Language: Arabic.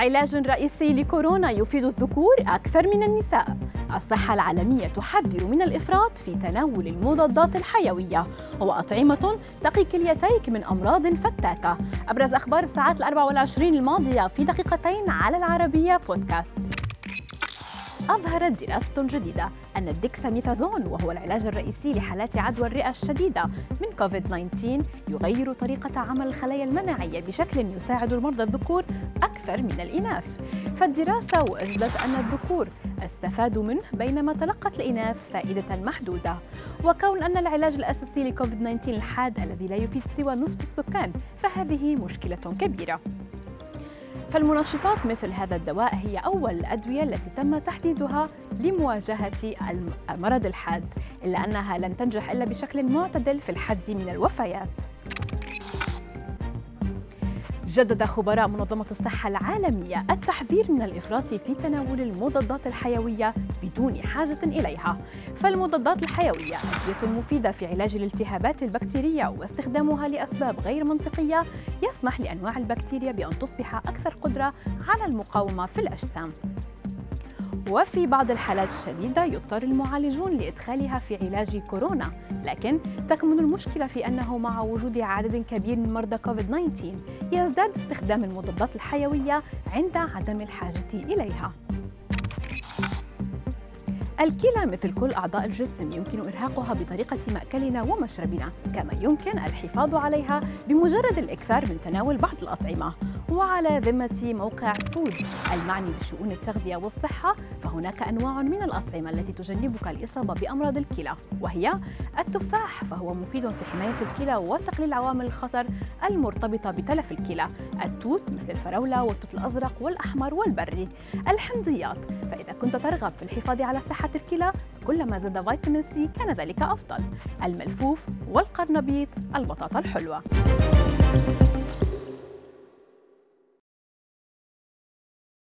علاج رئيسي لكورونا يفيد الذكور أكثر من النساء. الصحة العالمية تحذر من الإفراط في تناول المضادات الحيوية وأطعمة تقي كليتيك من أمراض فتاكة. أبرز أخبار الساعات 24 الماضية في دقيقتين على العربية بودكاست. أظهرت دراسة جديدة أن الديكساميثازون وهو العلاج الرئيسي لحالات عدوى الرئة الشديدة من كوفيد-19 يغير طريقة عمل الخلايا المناعية بشكل يساعد المرضى الذكور أكثر من الإناث. فالدراسة وجدت أن الذكور استفادوا منه بينما تلقت الإناث فائدة محدودة. وكون أن العلاج الأساسي لكوفيد-19 الحاد الذي لا يفيد سوى نصف السكان فهذه مشكلة كبيرة. فالمنشطات مثل هذا الدواء هي أول الأدوية التي تم تحديدها لمواجهة المرض الحاد، إلا أنها لن تنجح إلا بشكل معتدل في الحد من الوفيات. جدد خبراء منظمة الصحة العالمية التحذير من الإفراط في تناول المضادات الحيوية بدون حاجة إليها. فالمضادات الحيوية أدوية مفيدة في علاج الالتهابات البكتيرية، واستخدامها لأسباب غير منطقية يسمح لأنواع البكتيريا بأن تصبح أكثر قدرة على المقاومة في الأجسام. وفي بعض الحالات الشديدة يضطر المعالجون لإدخالها في علاج كورونا، لكن تكمن المشكلة في أنه مع وجود عدد كبير من مرضى كوفيد-19 يزداد استخدام المضادات الحيوية عند عدم الحاجة إليها. الكلى مثل كل أعضاء الجسم يمكن إرهاقها بطريقة مأكلنا ومشربنا، كما يمكن الحفاظ عليها بمجرد الإكثار من تناول بعض الأطعمة. وعلى ذمة موقع فود المعني بشؤون التغذية والصحة، فهناك أنواع من الأطعمة التي تجنبك الإصابة بأمراض الكلى، وهي التفاح فهو مفيد في حماية الكلى وتقليل عوامل الخطر المرتبطة بتلف الكلى، التوت مثل الفراولة والتوت الأزرق والأحمر والبري، الحمضيات فإذا كنت ترغب في الحفاظ على صحة الكلى كلما زاد فيتامين سي كان ذلك أفضل، الملفوف والقرنبيط، البطاطا الحلوة.